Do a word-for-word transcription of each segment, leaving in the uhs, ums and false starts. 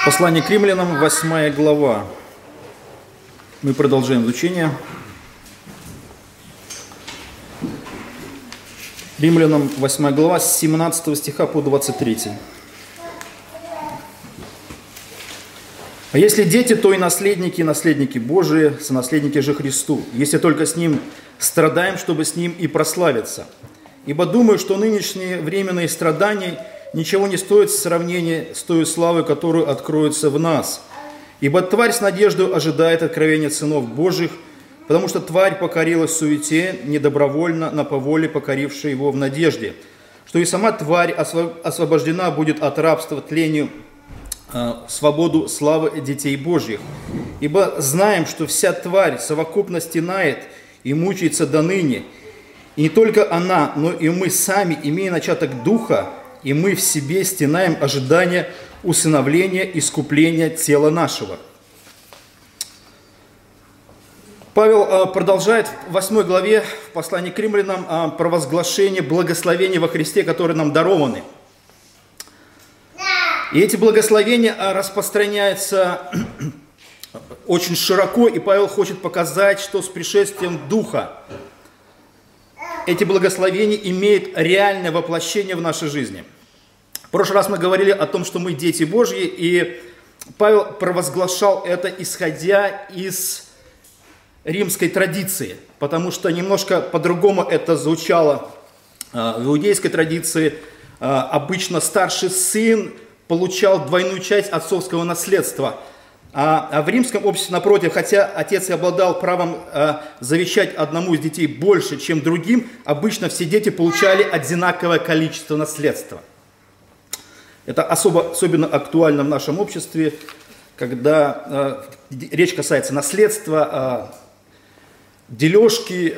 Послание к римлянам, восьмая глава. Мы продолжаем изучение. Римлянам, восьмая глава, с семнадцатого стиха по двадцать третий. «А если дети, то и наследники, и наследники Божии, сонаследники же Христу, если только с Ним страдаем, чтобы с Ним и прославиться. Ибо думаю, что нынешние временные страдания ничего не стоят в сравнении с той славой, которую откроется в нас. Ибо тварь с надеждой ожидает откровения сынов Божьих, потому что тварь покорилась суете, недобровольно, но по воле покорившей его в надежде, что и сама тварь освобождена будет от рабства тлению, свободу славы детей Божьих. Ибо знаем, что вся тварь совокупно стенает и мучается до ныне. И не только она, но и мы сами, имея начаток духа, и мы в себе стенаем ожидания усыновления, искупления тела нашего». Павел продолжает в восьмой главе в послании к римлянам провозглашение благословения во Христе, которые нам дарованы. И эти благословения распространяются очень широко, и Павел хочет показать, что с пришествием Духа эти благословения имеют реальное воплощение в нашей жизни. В прошлый раз мы говорили о том, что мы дети Божьи, и Павел провозглашал это, исходя из римской традиции, потому что немножко по-другому это звучало в иудейской традиции. Обычно старший сын получал двойную часть отцовского наследства. А в римском обществе, напротив, хотя отец и обладал правом завещать одному из детей больше, чем другим, обычно все дети получали одинаковое количество наследства. Это особо, особенно актуально в нашем обществе, когда речь касается наследства, дележки.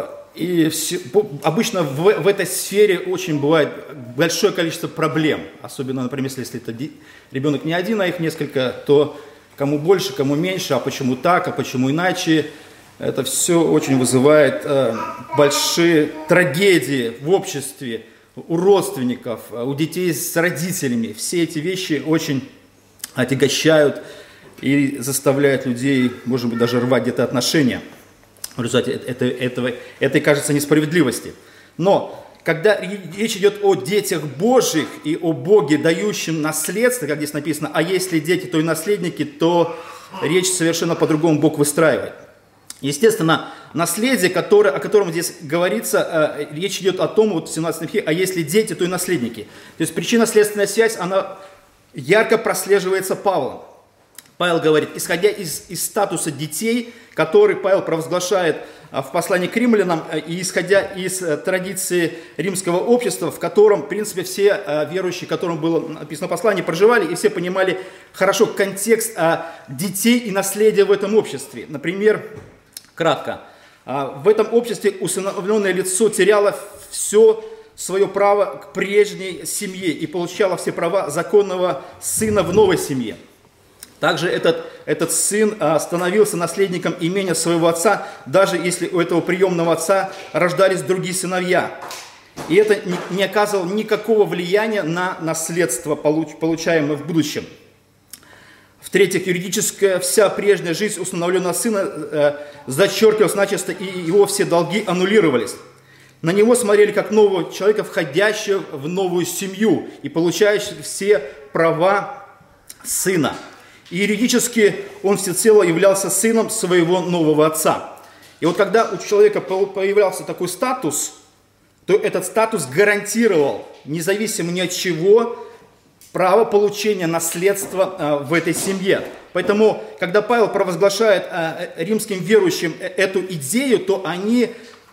И все, обычно в, в этой сфере очень бывает большое количество проблем. Особенно, например, если это ребенок не один, а их несколько, то кому больше, кому меньше, а почему так, а почему иначе. Это все очень вызывает э, большие трагедии в обществе, у родственников, у детей с родителями. Все эти вещи очень отягощают и заставляют людей, может быть, даже рвать где-то отношения. В результате это, этого, этой, кажется, несправедливости. Но когда речь идет о детях Божьих и о Боге, дающем наследство, как здесь написано, а если дети, то и наследники, то речь совершенно по-другому Бог выстраивает. Естественно, наследие, которое, о котором здесь говорится, речь идет о том, вот в семнадцатом стихе, а если дети, то и наследники. То есть причинно-следственная связь, она ярко прослеживается Павлом. Павел говорит, исходя из, из статуса детей, который Павел провозглашает в послании к римлянам, и исходя из традиции римского общества, в котором, в принципе, все верующие, которым было написано послание, проживали, и все понимали хорошо контекст детей и наследия в этом обществе. Например, кратко, в этом обществе усыновленное лицо теряло все свое право к прежней семье и получало все права законного сына в новой семье. Также этот, этот сын становился наследником имения своего отца, даже если у этого приемного отца рождались другие сыновья. И это не, не оказывало никакого влияния на наследство, получ, получаемое в будущем. В-третьих, юридическая вся прежняя жизнь усыновленного сына э, зачеркивалась начисто, и его все долги аннулировались. На него смотрели как нового человека, входящего в новую семью и получающего все права сына. И юридически он всецело являлся сыном своего нового отца. И вот когда у человека появлялся такой статус, то этот статус гарантировал, независимо ни от чего, право получения наследства в этой семье. Поэтому, когда Павел провозглашает римским верующим эту идею, то они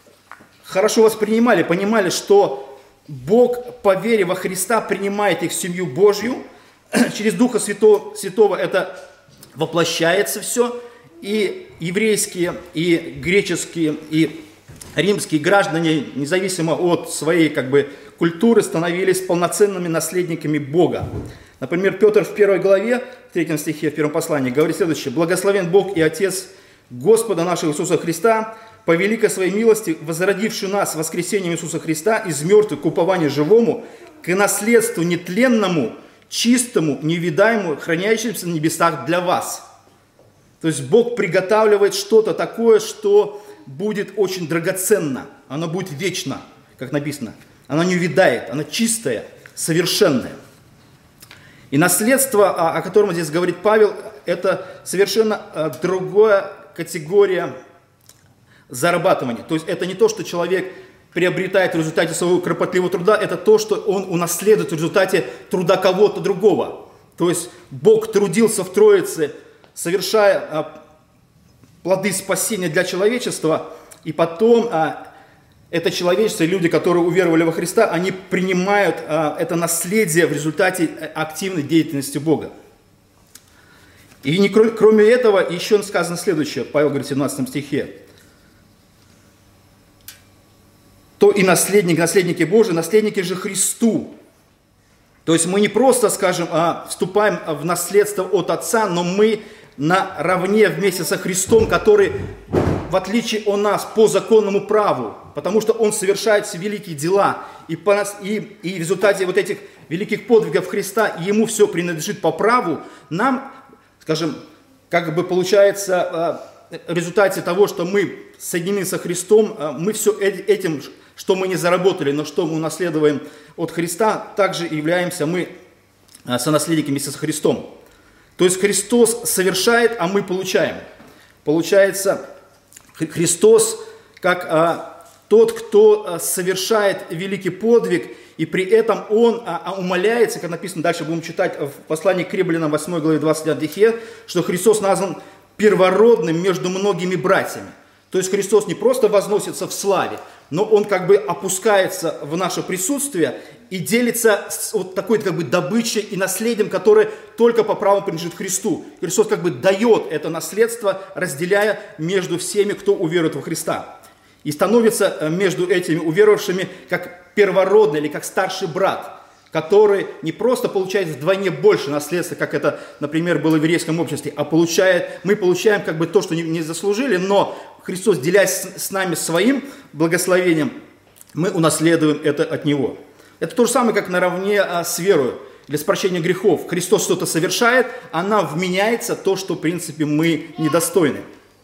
хорошо воспринимали, понимали, что Бог по вере во Христа принимает их в семью Божью. Через Духа Святого, Святого это воплощается все, и еврейские, и греческие, и римские граждане, независимо от своей как бы, культуры, становились полноценными наследниками Бога. Например, Петр в первой главе, в третьем стихе, в первом послании, говорит следующее. «Благословен Бог и Отец Господа нашего Иисуса Христа, по великой своей милости, возродивший нас воскресением Иисуса Христа из мертвых к упованию живому, к наследству нетленному, чистому, невидаемому, хранящемуся на небесах для вас. То есть Бог приготавливает что-то такое, что будет очень драгоценно. Оно будет вечно, как написано. Оно не увядает, оно чистое, совершенное. И наследство, о котором здесь говорит Павел, это совершенно другая категория зарабатывания. То есть это не то, что человек приобретает в результате своего кропотливого труда, это то, что он унаследует в результате труда кого-то другого. То есть Бог трудился в Троице, совершая плоды спасения для человечества, и потом это человечество, люди, которые уверовали во Христа, они принимают это наследие в результате активной деятельности Бога. И не, кроме этого, еще сказано следующее, Павел говорит в семнадцатом стихе. То и наследник, наследники Божии, наследники же Христу. То есть мы не просто, скажем, вступаем в наследство от Отца, но мы наравне вместе со Христом, который, в отличие от нас, по законному праву, потому что Он совершает все великие дела, и, по нас, и, и в результате вот этих великих подвигов Христа Ему все принадлежит по праву, нам, скажем, как бы получается, в результате того, что мы соединены со Христом, мы все этим, что мы не заработали, но что мы унаследуем от Христа, также являемся мы сонаследниками вместе с Христом. То есть Христос совершает, а мы получаем. Получается, Христос как а, тот, кто а, совершает великий подвиг, и при этом Он а, а, умоляется, как написано, дальше будем читать в послании к Римлянам восьмой главе двадцать девятом стихе, что Христос назван первородным между многими братьями. То есть Христос не просто возносится в славе, но Он как бы опускается в наше присутствие и делится с вот такой как бы добычей и наследием, которое только по праву принадлежит Христу. Христос как бы дает это наследство, разделяя между всеми, кто уверует во Христа. И становится между этими уверовавшими как первородный или как старший брат, который не просто получает вдвойне больше наследства, как это, например, было в еврейском обществе, а получает, мы получаем как бы то, что не, не заслужили, но Христос, делясь с, с нами своим благословением, мы унаследуем это от Него. Это то же самое, как наравне а, с верою. Для прощения грехов Христос что-то совершает, а нам вменяется то, что, в принципе, мы недостойны.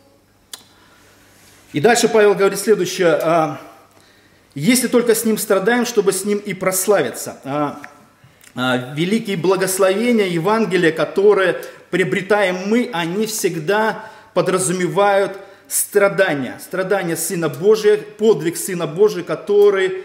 И дальше Павел говорит следующее. Если только с Ним страдаем, чтобы с Ним и прославиться. Великие благословения Евангелия, которые приобретаем мы, они всегда подразумевают страдания. Страдания Сына Божия, подвиг Сына Божия, который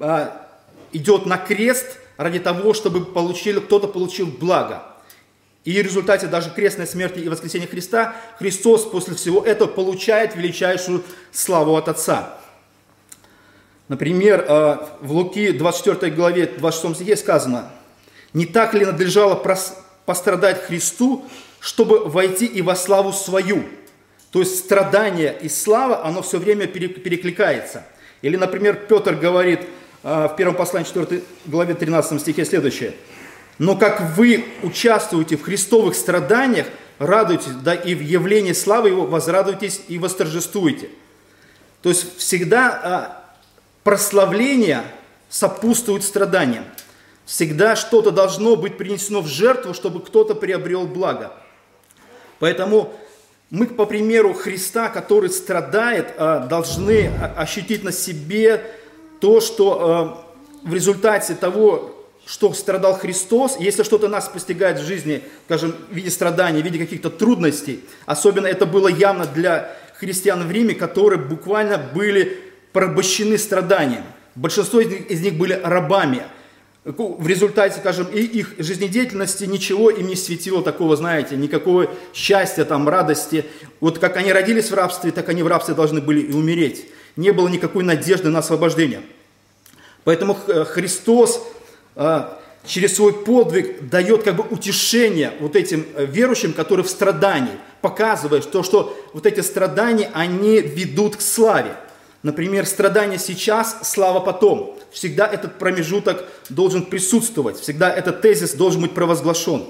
идет на крест ради того, чтобы получили, кто-то получил благо. И в результате даже крестной смерти и воскресения Христа Христос после всего этого получает величайшую славу от Отца. Например, в Луки двадцать четвёртой главе двадцать шестом стихе сказано: «Не так ли надлежало пострадать Христу, чтобы войти и во славу свою?» То есть страдание и слава, оно все время перекликается. Или, например, Петр говорит в первом послании четвёртой главе тринадцатом стихе следующее: «Но как вы участвуете в христовых страданиях, радуйтесь, да и в явлении славы Его возрадуйтесь и восторжествуйте». То есть всегда прославление сопутствует страданиям. Всегда что-то должно быть принесено в жертву, чтобы кто-то приобрел благо. Поэтому мы, по примеру Христа, который страдает, должны ощутить на себе то, что в результате того, что страдал Христос, если что-то нас постигает в жизни, скажем, в виде страданий, в виде каких-то трудностей, особенно это было явно для христиан в Риме, которые буквально были порабощены страданием. Большинство из них, из них были рабами. В результате, скажем, и их жизнедеятельности ничего им не светило такого, знаете, никакого счастья, там, радости. Вот как они родились в рабстве, так они в рабстве должны были и умереть. Не было никакой надежды на освобождение. Поэтому Христос через свой подвиг дает как бы утешение вот этим верующим, которые в страдании, показывая, что, что вот эти страдания, они ведут к славе. Например, страдания сейчас, слава потом. Всегда этот промежуток должен присутствовать, всегда этот тезис должен быть провозглашен.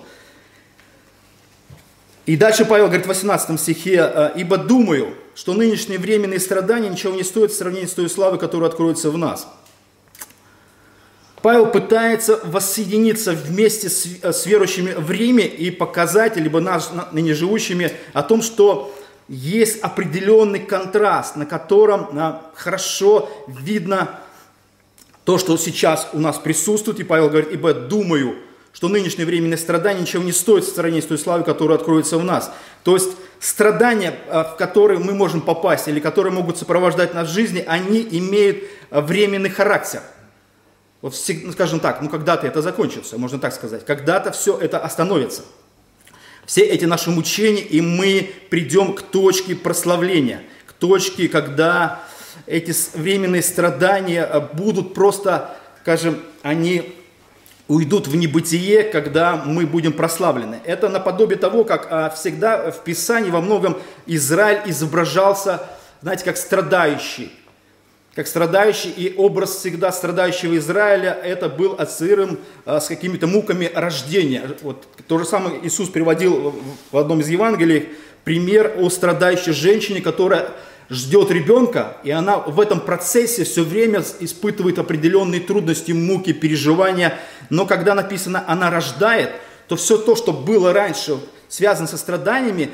И дальше Павел говорит в восемнадцатом стихе: «Ибо думаю, что нынешние временные страдания ничего не стоят в сравнении с той славой, которая откроется в нас». Павел пытается воссоединиться вместе с, с верующими в Риме и показать, либо нас, ныне живущими, о том, что есть определенный контраст, на котором а, хорошо видно то, что сейчас у нас присутствует. И Павел говорит: ибо думаю, что нынешнее временное страдание ничего не стоит в сравнении с той славой, которая откроется в нас. То есть страдания, в которые мы можем попасть или которые могут сопровождать нас в жизни, они имеют временный характер. Вот, скажем так, ну когда-то это закончится, можно так сказать. Когда-то все это остановится. Все эти наши мучения, и мы придем к точке прославления, к точке, когда эти временные страдания будут просто, скажем, они уйдут в небытие, когда мы будем прославлены. Это наподобие того, как всегда в Писании во многом Израиль изображался, знаете, как страдающий. Как страдающий, и образ всегда страдающего Израиля, это был ассоциирован с какими-то муками рождения. Вот, то же самое Иисус приводил в одном из Евангелий пример о страдающей женщине, которая ждет ребенка, и она в этом процессе все время испытывает определенные трудности, муки, переживания. Но когда написано «она рождает», то все то, что было раньше связано со страданиями,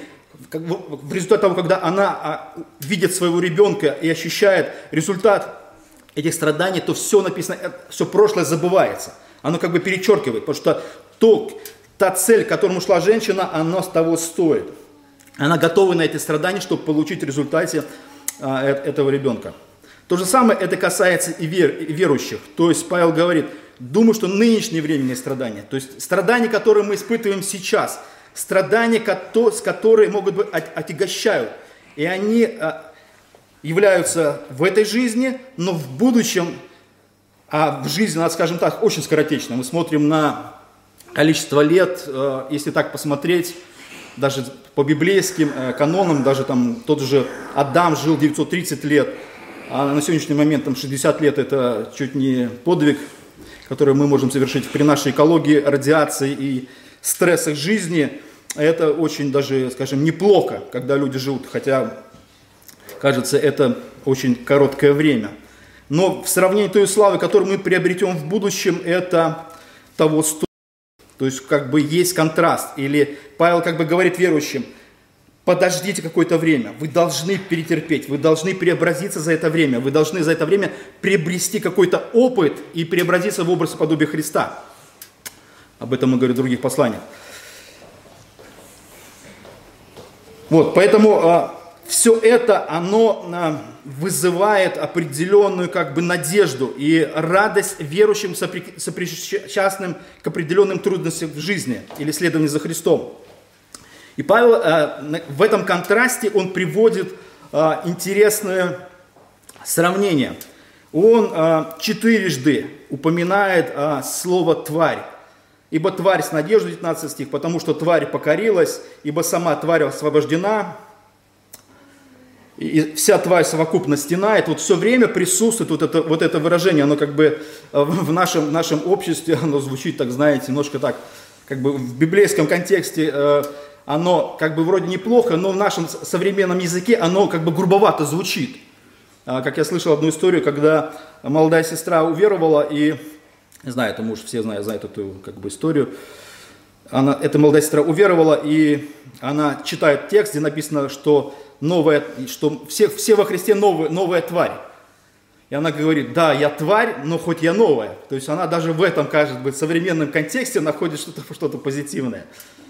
в результате того, когда она видит своего ребенка и ощущает результат этих страданий, то все написано, все прошлое забывается. Оно как бы перечеркивает, потому что то, та цель, к которому шла женщина, она с того стоит. Она готова на эти страдания, чтобы получить в результате а, этого ребенка. То же самое это касается и, вер, и верующих. То есть Павел говорит: думаю, что нынешние временные страдания, то есть страдания, которые мы испытываем сейчас, страдания, которые могут быть отягощают. И они являются в этой жизни, но в будущем, а в жизни, скажем так, очень скоротечно. Мы смотрим на количество лет, если так посмотреть, даже по библейским канонам, даже там тот же Адам жил девятьсот тридцать лет, а на сегодняшний момент там шестьдесят лет это чуть не подвиг, который мы можем совершить при нашей экологии, радиации и стрессах жизни. Это очень даже, скажем, неплохо, когда люди живут, хотя, кажется, это очень короткое время. Но в сравнении той славы, которую мы приобретем в будущем, это того стоит. То есть, как бы есть контраст. Или Павел как бы говорит верующим: подождите какое-то время, вы должны перетерпеть, вы должны преобразиться за это время, вы должны за это время приобрести какой-то опыт и преобразиться в образ и подобие Христа. Об этом мы говорим в других посланиях. Вот, поэтому а, все это, оно а, вызывает определенную как бы надежду и радость верующим, сопри, сопричастным к определенным трудностям в жизни или следованию за Христом. И Павел а, в этом контрасте он приводит а, интересное сравнение. Он а, четырежды упоминает а, слово «тварь». Ибо тварь с надеждой, девятнадцатый стих, потому что тварь покорилась, ибо сама тварь освобождена, и вся тварь совокупно стенает. Вот все время присутствует вот это, вот это выражение, оно как бы в нашем, в нашем обществе, оно звучит, так знаете, немножко так, как бы в библейском контексте оно как бы вроде неплохо, но в нашем современном языке оно как бы грубовато звучит. Как я слышал одну историю, когда молодая сестра уверовала, и не знаю, это муж, все знают, знают эту как бы историю. Она, эта молодая сестра уверовала, и она читает текст, где написано, что, новая, что все, все во Христе новая, новая тварь. И она говорит: да, я тварь, но хоть я новая. То есть она даже в этом, кажется, в современном контексте находит что-то, что-то позитивное.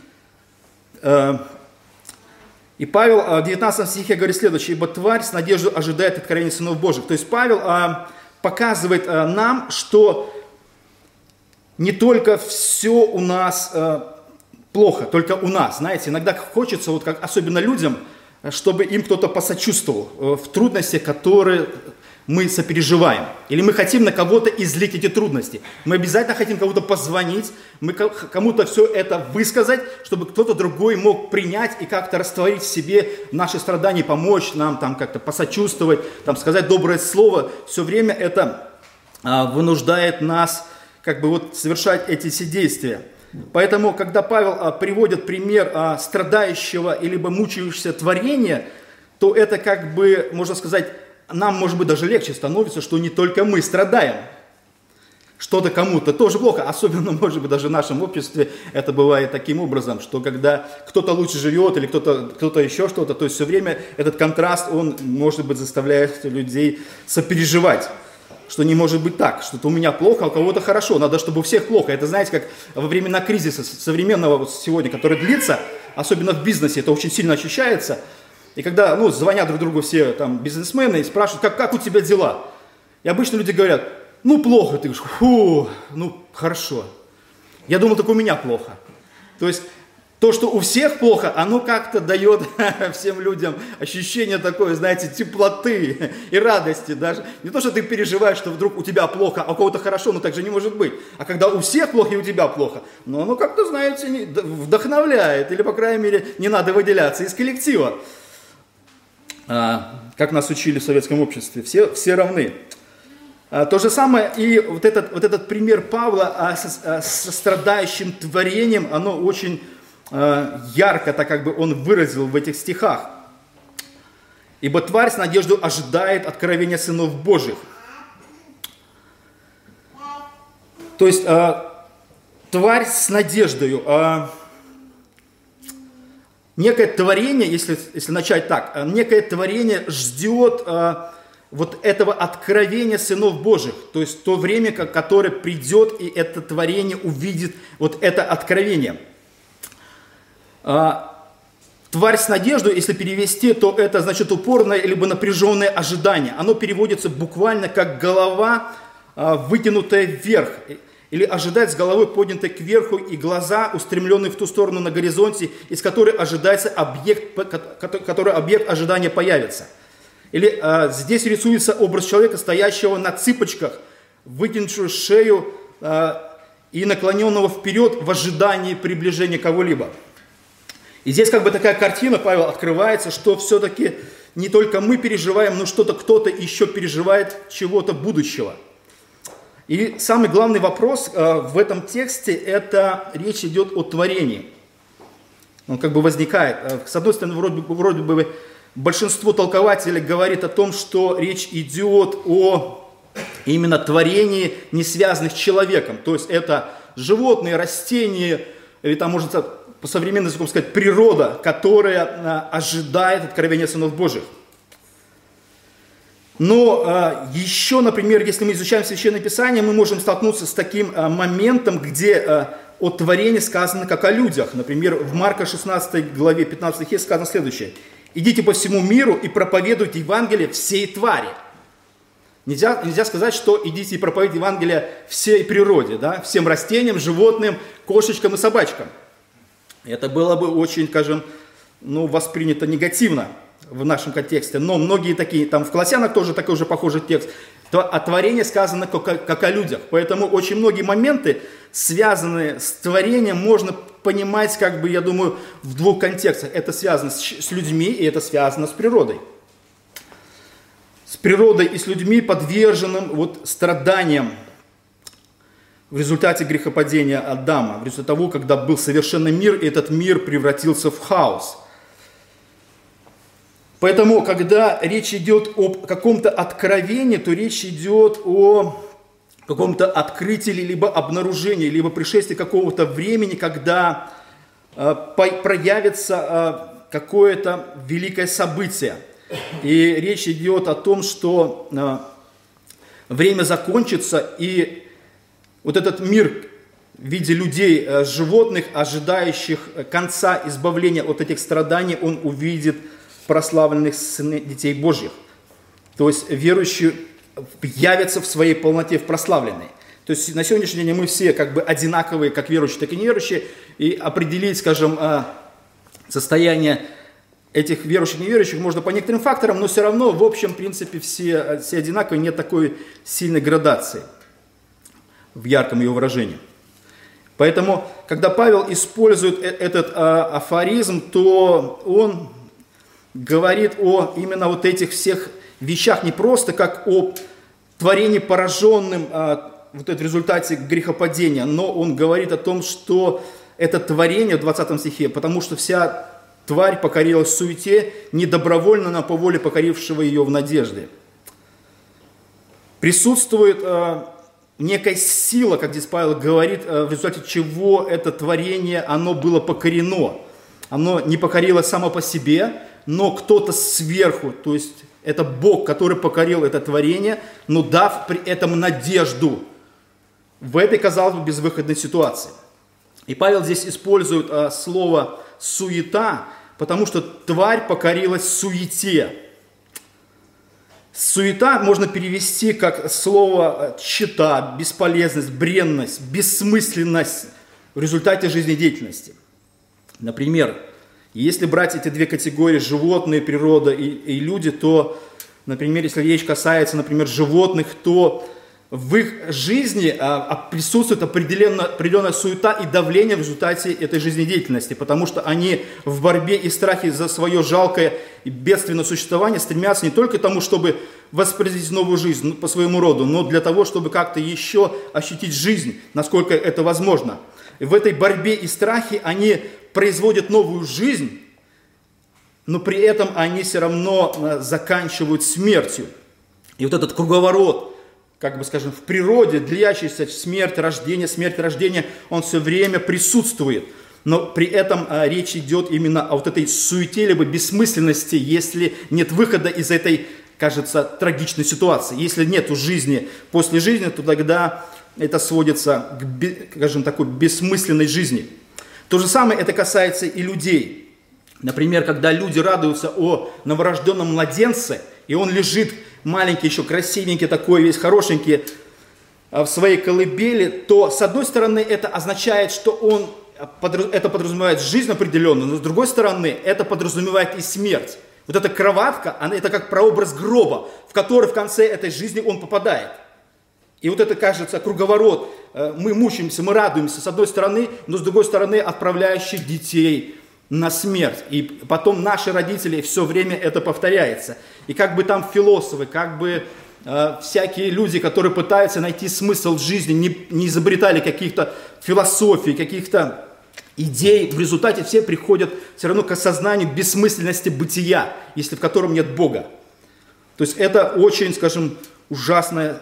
И Павел в девятнадцатом стихе говорит следующее: ибо тварь с надеждой ожидает откровения сынов Божьих. То есть Павел показывает нам, что не только все у нас э, плохо, только у нас. Знаете, иногда хочется, вот как особенно людям, чтобы им кто-то посочувствовал э, в трудностях, которые мы сопереживаем. Или мы хотим на кого-то излить эти трудности. Мы обязательно хотим кому-то позвонить, мы кому-то все это высказать, чтобы кто-то другой мог принять и как-то растворить в себе наши страдания, помочь нам там как-то посочувствовать, там, сказать доброе слово. Все время это э, вынуждает нас как бы вот совершать эти все действия. Поэтому, когда Павел а, приводит пример а, страдающего или мучающегося творения, то это как бы, можно сказать, нам, может быть, даже легче становится, что не только мы страдаем. что-то кому-то тоже плохо, особенно, может быть, даже в нашем обществе это бывает таким образом, что когда кто-то лучше живет или кто-то кто-то еще что-то, то есть все время этот контраст, он, может быть, заставляет людей сопереживать, что не может быть так, что-то у меня плохо, а у кого-то хорошо, надо, чтобы у всех плохо. Это, знаете, как во времена кризиса современного вот сегодня, который длится, особенно в бизнесе, это очень сильно ощущается, и когда, ну, звонят друг другу все там бизнесмены и спрашивают, как, как у тебя дела? И обычно люди говорят, ну, плохо. Ты говоришь, фу, ну, хорошо. Я думал, так у меня плохо. То есть, то, что у всех плохо, оно как-то дает всем людям ощущение такое, знаете, теплоты и радости. Даже не то, что ты переживаешь, что вдруг у тебя плохо, а у кого-то хорошо, но так же не может быть. А когда у всех плохо и у тебя плохо, ну, оно как-то, знаете, вдохновляет. Или, по крайней мере, не надо выделяться из коллектива. А, как нас учили в советском обществе, все, все равны. То же самое и вот этот, вот этот пример Павла со, со страдающим творением, оно очень э, ярко, так как бы он выразил в этих стихах. Ибо тварь с надеждой ожидает откровения сынов Божьих. То есть э, тварь с надеждой. Э, некое творение, если, если начать так, некое творение ждет... Э, вот этого откровения сынов Божьих, то есть то время, которое придет, и это творение увидит вот это откровение. Тварь с надеждой, если перевести, то это значит упорное либо напряженное ожидание. Оно переводится буквально как голова, вытянутая вверх, или ожидать с головой поднятой кверху и глаза, устремленные в ту сторону на горизонте, из которой ожидается объект, который объект ожидания появится. Или а, здесь рисуется образ человека, стоящего на цыпочках, вытянувшего шею а, и наклоненного вперед в ожидании приближения кого-либо. И здесь как бы такая картина, Павел, открывается, что все-таки не только мы переживаем, но что-то кто-то еще переживает чего-то будущего. И самый главный вопрос а, в этом тексте, это речь идет о творении. Он как бы возникает. С одной стороны, вроде, вроде бы... Большинство толкователей говорит о том, что речь идет о именно творении, не связанных с человеком. То есть это животные, растения, или там можно по современному языку сказать природа, которая ожидает откровения сынов Божьих. Но еще, например, если мы изучаем Священное Писание, мы можем столкнуться с таким моментом, где о творении сказано как о людях. Например, в Марка шестнадцатой главе пятнадцатый стих сказано следующее. «Идите по всему миру и проповедуйте Евангелие всей твари». Нельзя, нельзя сказать, что идите и проповедуйте Евангелие всей природе, да? Всем растениям, животным, кошечкам и собачкам. Это было бы очень, скажем, ну, воспринято негативно в нашем контексте. Но многие такие, там в Колоссянах тоже такой же похожий текст. О творении сказано как, как о людях. Поэтому очень многие моменты, связанные с творением, можно понимать, как бы, я думаю, в двух контекстах. Это связано с, с людьми, и это связано с природой. С природой и с людьми, подверженным вот страданиям в результате грехопадения Адама, в результате того, когда был совершенный мир, и этот мир превратился в хаос. Поэтому, когда речь идет о каком-то откровении, то речь идет о каком-то открытии, либо обнаружении, либо пришествии какого-то времени, когда э, проявится э, какое-то великое событие. И речь идет о том, что э, время закончится, и вот этот мир в виде людей, э, животных, ожидающих конца избавления от этих страданий, он увидит прославленных детей Божьих. То есть верующие явятся в своей полноте, в прославленной. То есть на сегодняшний день мы все как бы одинаковые, как верующие, так и неверующие. И определить, скажем, состояние этих верующих и неверующих можно по некоторым факторам, но все равно в общем принципе все, все одинаковые, нет такой сильной градации в ярком ее выражении. Поэтому, когда Павел использует этот афоризм, то он говорит о именно вот этих всех вещах, не просто как о творении, пораженном а, вот это в результате грехопадения, но он говорит о том, что это творение в двадцатом стихе, потому что вся тварь покорилась в суете, не добровольно, но по воле покорившего ее в надежде. Присутствует а, некая сила, как здесь Павел говорит, в результате чего это творение, оно было покорено. Оно не покорилось само по себе, но кто-то сверху, то есть это Бог, который покорил это творение, но дав при этом надежду в этой, казалось бы, безвыходной ситуации. И Павел здесь использует а, слово «суета», потому что тварь покорилась суете. Суета можно перевести как слово «тщета», бесполезность, бренность, бессмысленность в результате жизнедеятельности. Например, если брать эти две категории, животные, природа и, и люди, то, например, если речь касается, например, животных, то в их жизни а, присутствует определенная, определенная суета и давление в результате этой жизнедеятельности, потому что они в борьбе и страхе за свое жалкое и бедственное существование стремятся не только к тому, чтобы воспроизвести новую жизнь по своему роду, но для того, чтобы как-то еще ощутить жизнь, насколько это возможно. И в этой борьбе и страхе они производят новую жизнь, но при этом они все равно заканчивают смертью. И вот этот круговорот, как бы скажем, в природе, длящийся смерть, рождение, смерть, рождение, он все время присутствует. Но при этом а, речь идет именно о вот этой суете, либо бессмысленности, если нет выхода из этой, кажется, трагичной ситуации. Если нет жизни после жизни, то тогда это сводится к, скажем, такой бессмысленной жизни. То же самое это касается и людей. Например, когда люди радуются о новорожденном младенце, и он лежит маленький, еще красивенький такой, весь хорошенький в своей колыбели, то с одной стороны это означает, что он, это подразумевает жизнь определенную, но с другой стороны это подразумевает и смерть. Вот эта кроватка, она, это как прообраз гроба, в который в конце этой жизни он попадает. И вот это, кажется, круговорот. Мы мучаемся, мы радуемся с одной стороны, но с другой стороны отправляющий детей на смерть. И потом наши родители, все время это повторяется. И как бы там философы, как бы э, всякие люди, которые пытаются найти смысл в жизни, не, не изобретали каких-то философий, каких-то идей, в результате все приходят все равно к осознанию бессмысленности бытия, если в котором нет Бога. То есть это очень, скажем, ужасная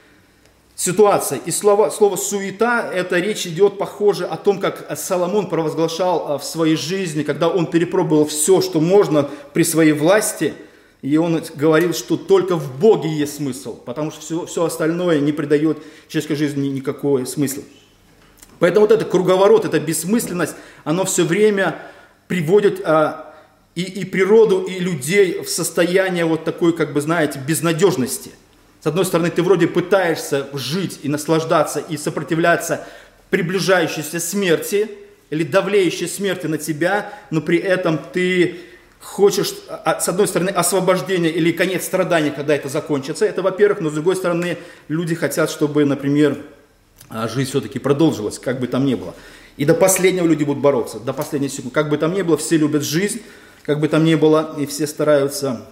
ситуация. И слово, слово «суета», это речь идет, похоже, о том, как Соломон провозглашал в своей жизни, когда он перепробовал все, что можно при своей власти, и он говорил, что только в Боге есть смысл, потому что все, все остальное не придает человеческой жизни никакого смысла. Поэтому вот этот круговорот, эта бессмысленность, оно все время приводит а, и, и природу, и людей в состояние вот такой, как бы, знаете, безнадежности. С одной стороны, ты вроде пытаешься жить и наслаждаться, и сопротивляться приближающейся смерти, или давлеющей смерти на тебя, но при этом ты хочешь, с одной стороны, освобождения или конец страданий, когда это закончится, это во-первых, но с другой стороны, люди хотят, чтобы, например, жизнь все-таки продолжилась, как бы там ни было. И до последнего люди будут бороться, до последней секунды. Как бы там ни было, все любят жизнь, как бы там ни было, и все стараются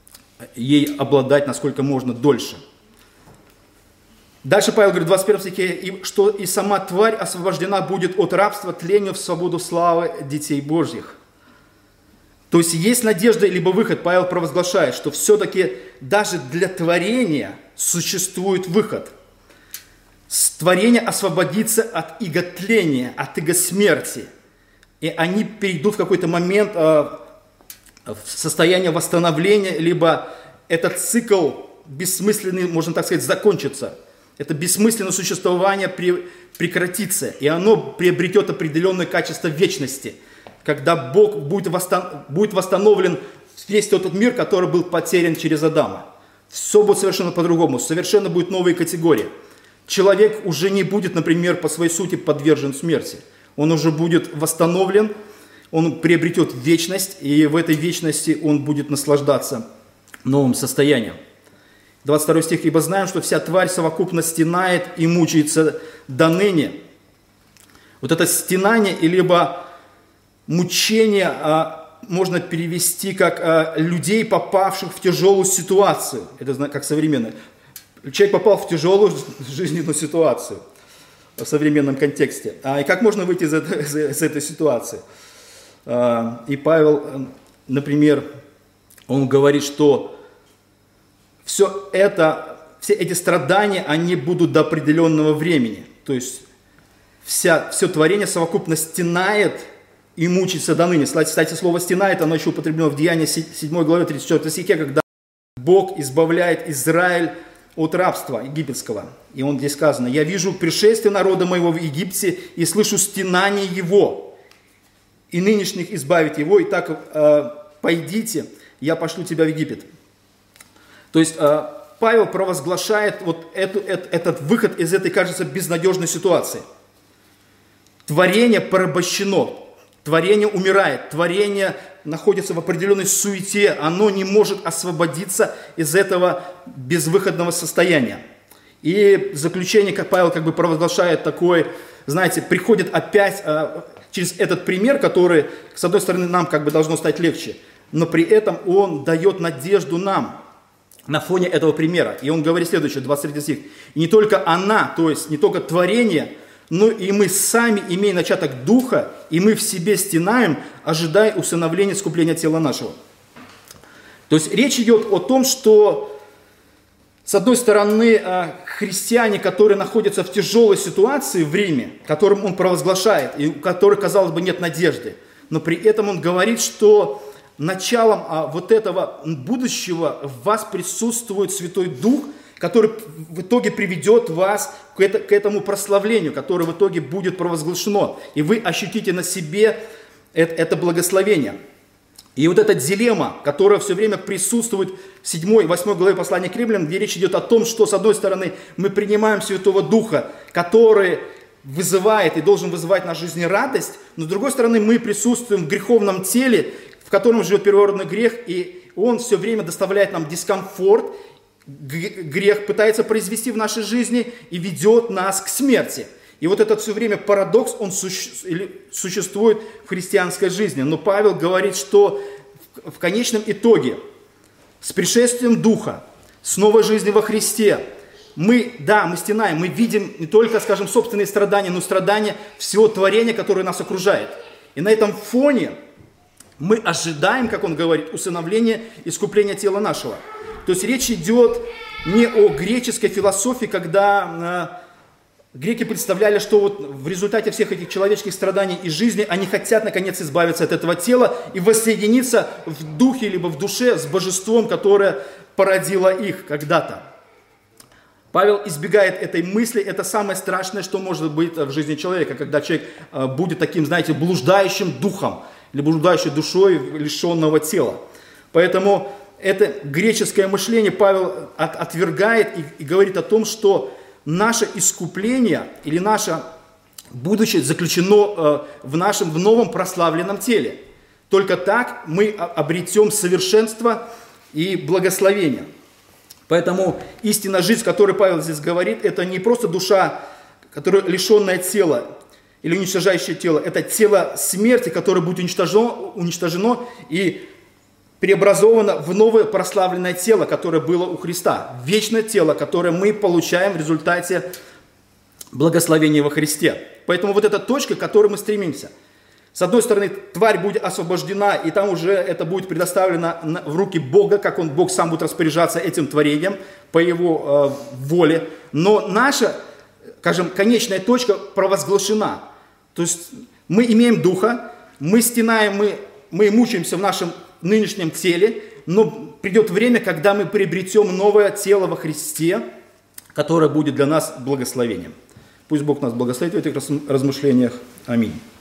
ей обладать насколько можно дольше. Дальше Павел говорит в двадцать первом стихе, что и сама тварь освобождена будет от рабства тлению в свободу славы детей Божьих. То есть есть надежда, либо выход. Павел провозглашает, что все-таки даже для творения существует выход. Творение освободится от иго тления, от иго смерти. И они перейдут в какой-то момент в состояние восстановления, либо этот цикл бессмысленный, можно так сказать, закончится. Это бессмысленное существование прекратится, и оно приобретет определенное качество вечности, когда Бог будет, восстан... будет восстановлен весь тот мир, который был потерян через Адама. Все будет совершенно по-другому, совершенно будет новые категории. Человек уже не будет, например, по своей сути подвержен смерти. Он уже будет восстановлен, он приобретет вечность, и в этой вечности он будет наслаждаться новым состоянием. двадцать второй стих. «Ибо знаем, что вся тварь совокупно стенает и мучается до ныне». Вот это стенание, либо мучение а, можно перевести как а, людей, попавших в тяжелую ситуацию. Это как современно. Человек попал в тяжелую жизненную ситуацию в современном контексте. А, и как можно выйти из, этой, из этой ситуации? И Павел, например, он говорит, что все это, все эти страдания, они будут до определенного времени. То есть вся, все творение совокупно стенает и мучается до ныне. Кстати, слово «стенает», оно еще употреблено в Деянии седьмой главе тридцать четвёртом стихе, когда Бог избавляет Израиль от рабства египетского. И он здесь сказано: «Я вижу пришествие народа моего в Египте и слышу стенание его, и нынешних избавить его, и так э, пойдите, я пошлю тебя в Египет». То есть э, Павел провозглашает вот эту, это, этот выход из этой, кажется, безнадежной ситуации. Творение порабощено, творение умирает, творение находится в определенной суете, оно не может освободиться из этого безвыходного состояния. И в заключение, как Павел как бы провозглашает такой, знаете, приходит опять э, через этот пример, который, с одной стороны, нам как бы должно стать легче, но при этом он дает надежду нам на фоне этого примера. И он говорит следующее, двадцать третий стих. «И не только она, то есть не только творение, но и мы сами, имея начаток духа, и мы в себе стенаем, ожидая усыновления, искупления тела нашего». То есть речь идет о том, что, с одной стороны, христиане, которые находятся в тяжелой ситуации в Риме, которым он провозглашает, и у которых, казалось бы, нет надежды, но при этом он говорит, что началом вот этого будущего в вас присутствует Святой Дух, который в итоге приведет вас к этому прославлению, которое в итоге будет провозглашено. И вы ощутите на себе это благословение. И вот эта дилемма, которая все время присутствует в седьмой и восьмой главе послания к Римлянам, где речь идет о том, что, с одной стороны, мы принимаем Святого Духа, который вызывает и должен вызывать в нашей жизни радость, но, с другой стороны, мы присутствуем в греховном теле, в котором живет первородный грех, и он все время доставляет нам дискомфорт. Грех пытается произвести в нашей жизни и ведет нас к смерти. И вот этот все время парадокс, он существует в христианской жизни. Но Павел говорит, что в конечном итоге, с пришествием Духа, с новой жизнью во Христе, мы, да, мы стенаем, мы видим не только, скажем, собственные страдания, но и страдания всего творения, которое нас окружает. И на этом фоне мы ожидаем, как он говорит, усыновления, искупления тела нашего. То есть речь идет не о греческой философии, когда э, греки представляли, что вот в результате всех этих человеческих страданий и жизни они хотят наконец избавиться от этого тела и воссоединиться в духе либо в душе с божеством, которое породило их когда-то. Павел избегает этой мысли. Это самое страшное, что может быть в жизни человека, когда человек э, будет таким, знаете, блуждающим духом или блуждающей душой лишенного тела. Поэтому это греческое мышление Павел от, отвергает и, и говорит о том, что наше искупление или наше будущее заключено э, в нашем в новом прославленном теле. Только так мы обретем совершенство и благословение. Поэтому истинная жизнь, о которой Павел здесь говорит, это не просто душа, которая лишенная тела или уничтожающее тело, это тело смерти, которое будет уничтожено, уничтожено и преобразовано в новое прославленное тело, которое было у Христа. Вечное тело, которое мы получаем в результате благословения во Христе. Поэтому вот эта точка, к которой мы стремимся. С одной стороны, тварь будет освобождена, и там уже это будет предоставлено в руки Бога, как он, Бог сам будет распоряжаться этим творением по его э, воле. Но наша, скажем, конечная точка провозглашена. То есть мы имеем Духа, мы стенаем, мы, мы мучаемся в нашем нынешнем теле, но придет время, когда мы приобретем новое тело во Христе, которое будет для нас благословением. Пусть Бог нас благословит в этих размышлениях. Аминь.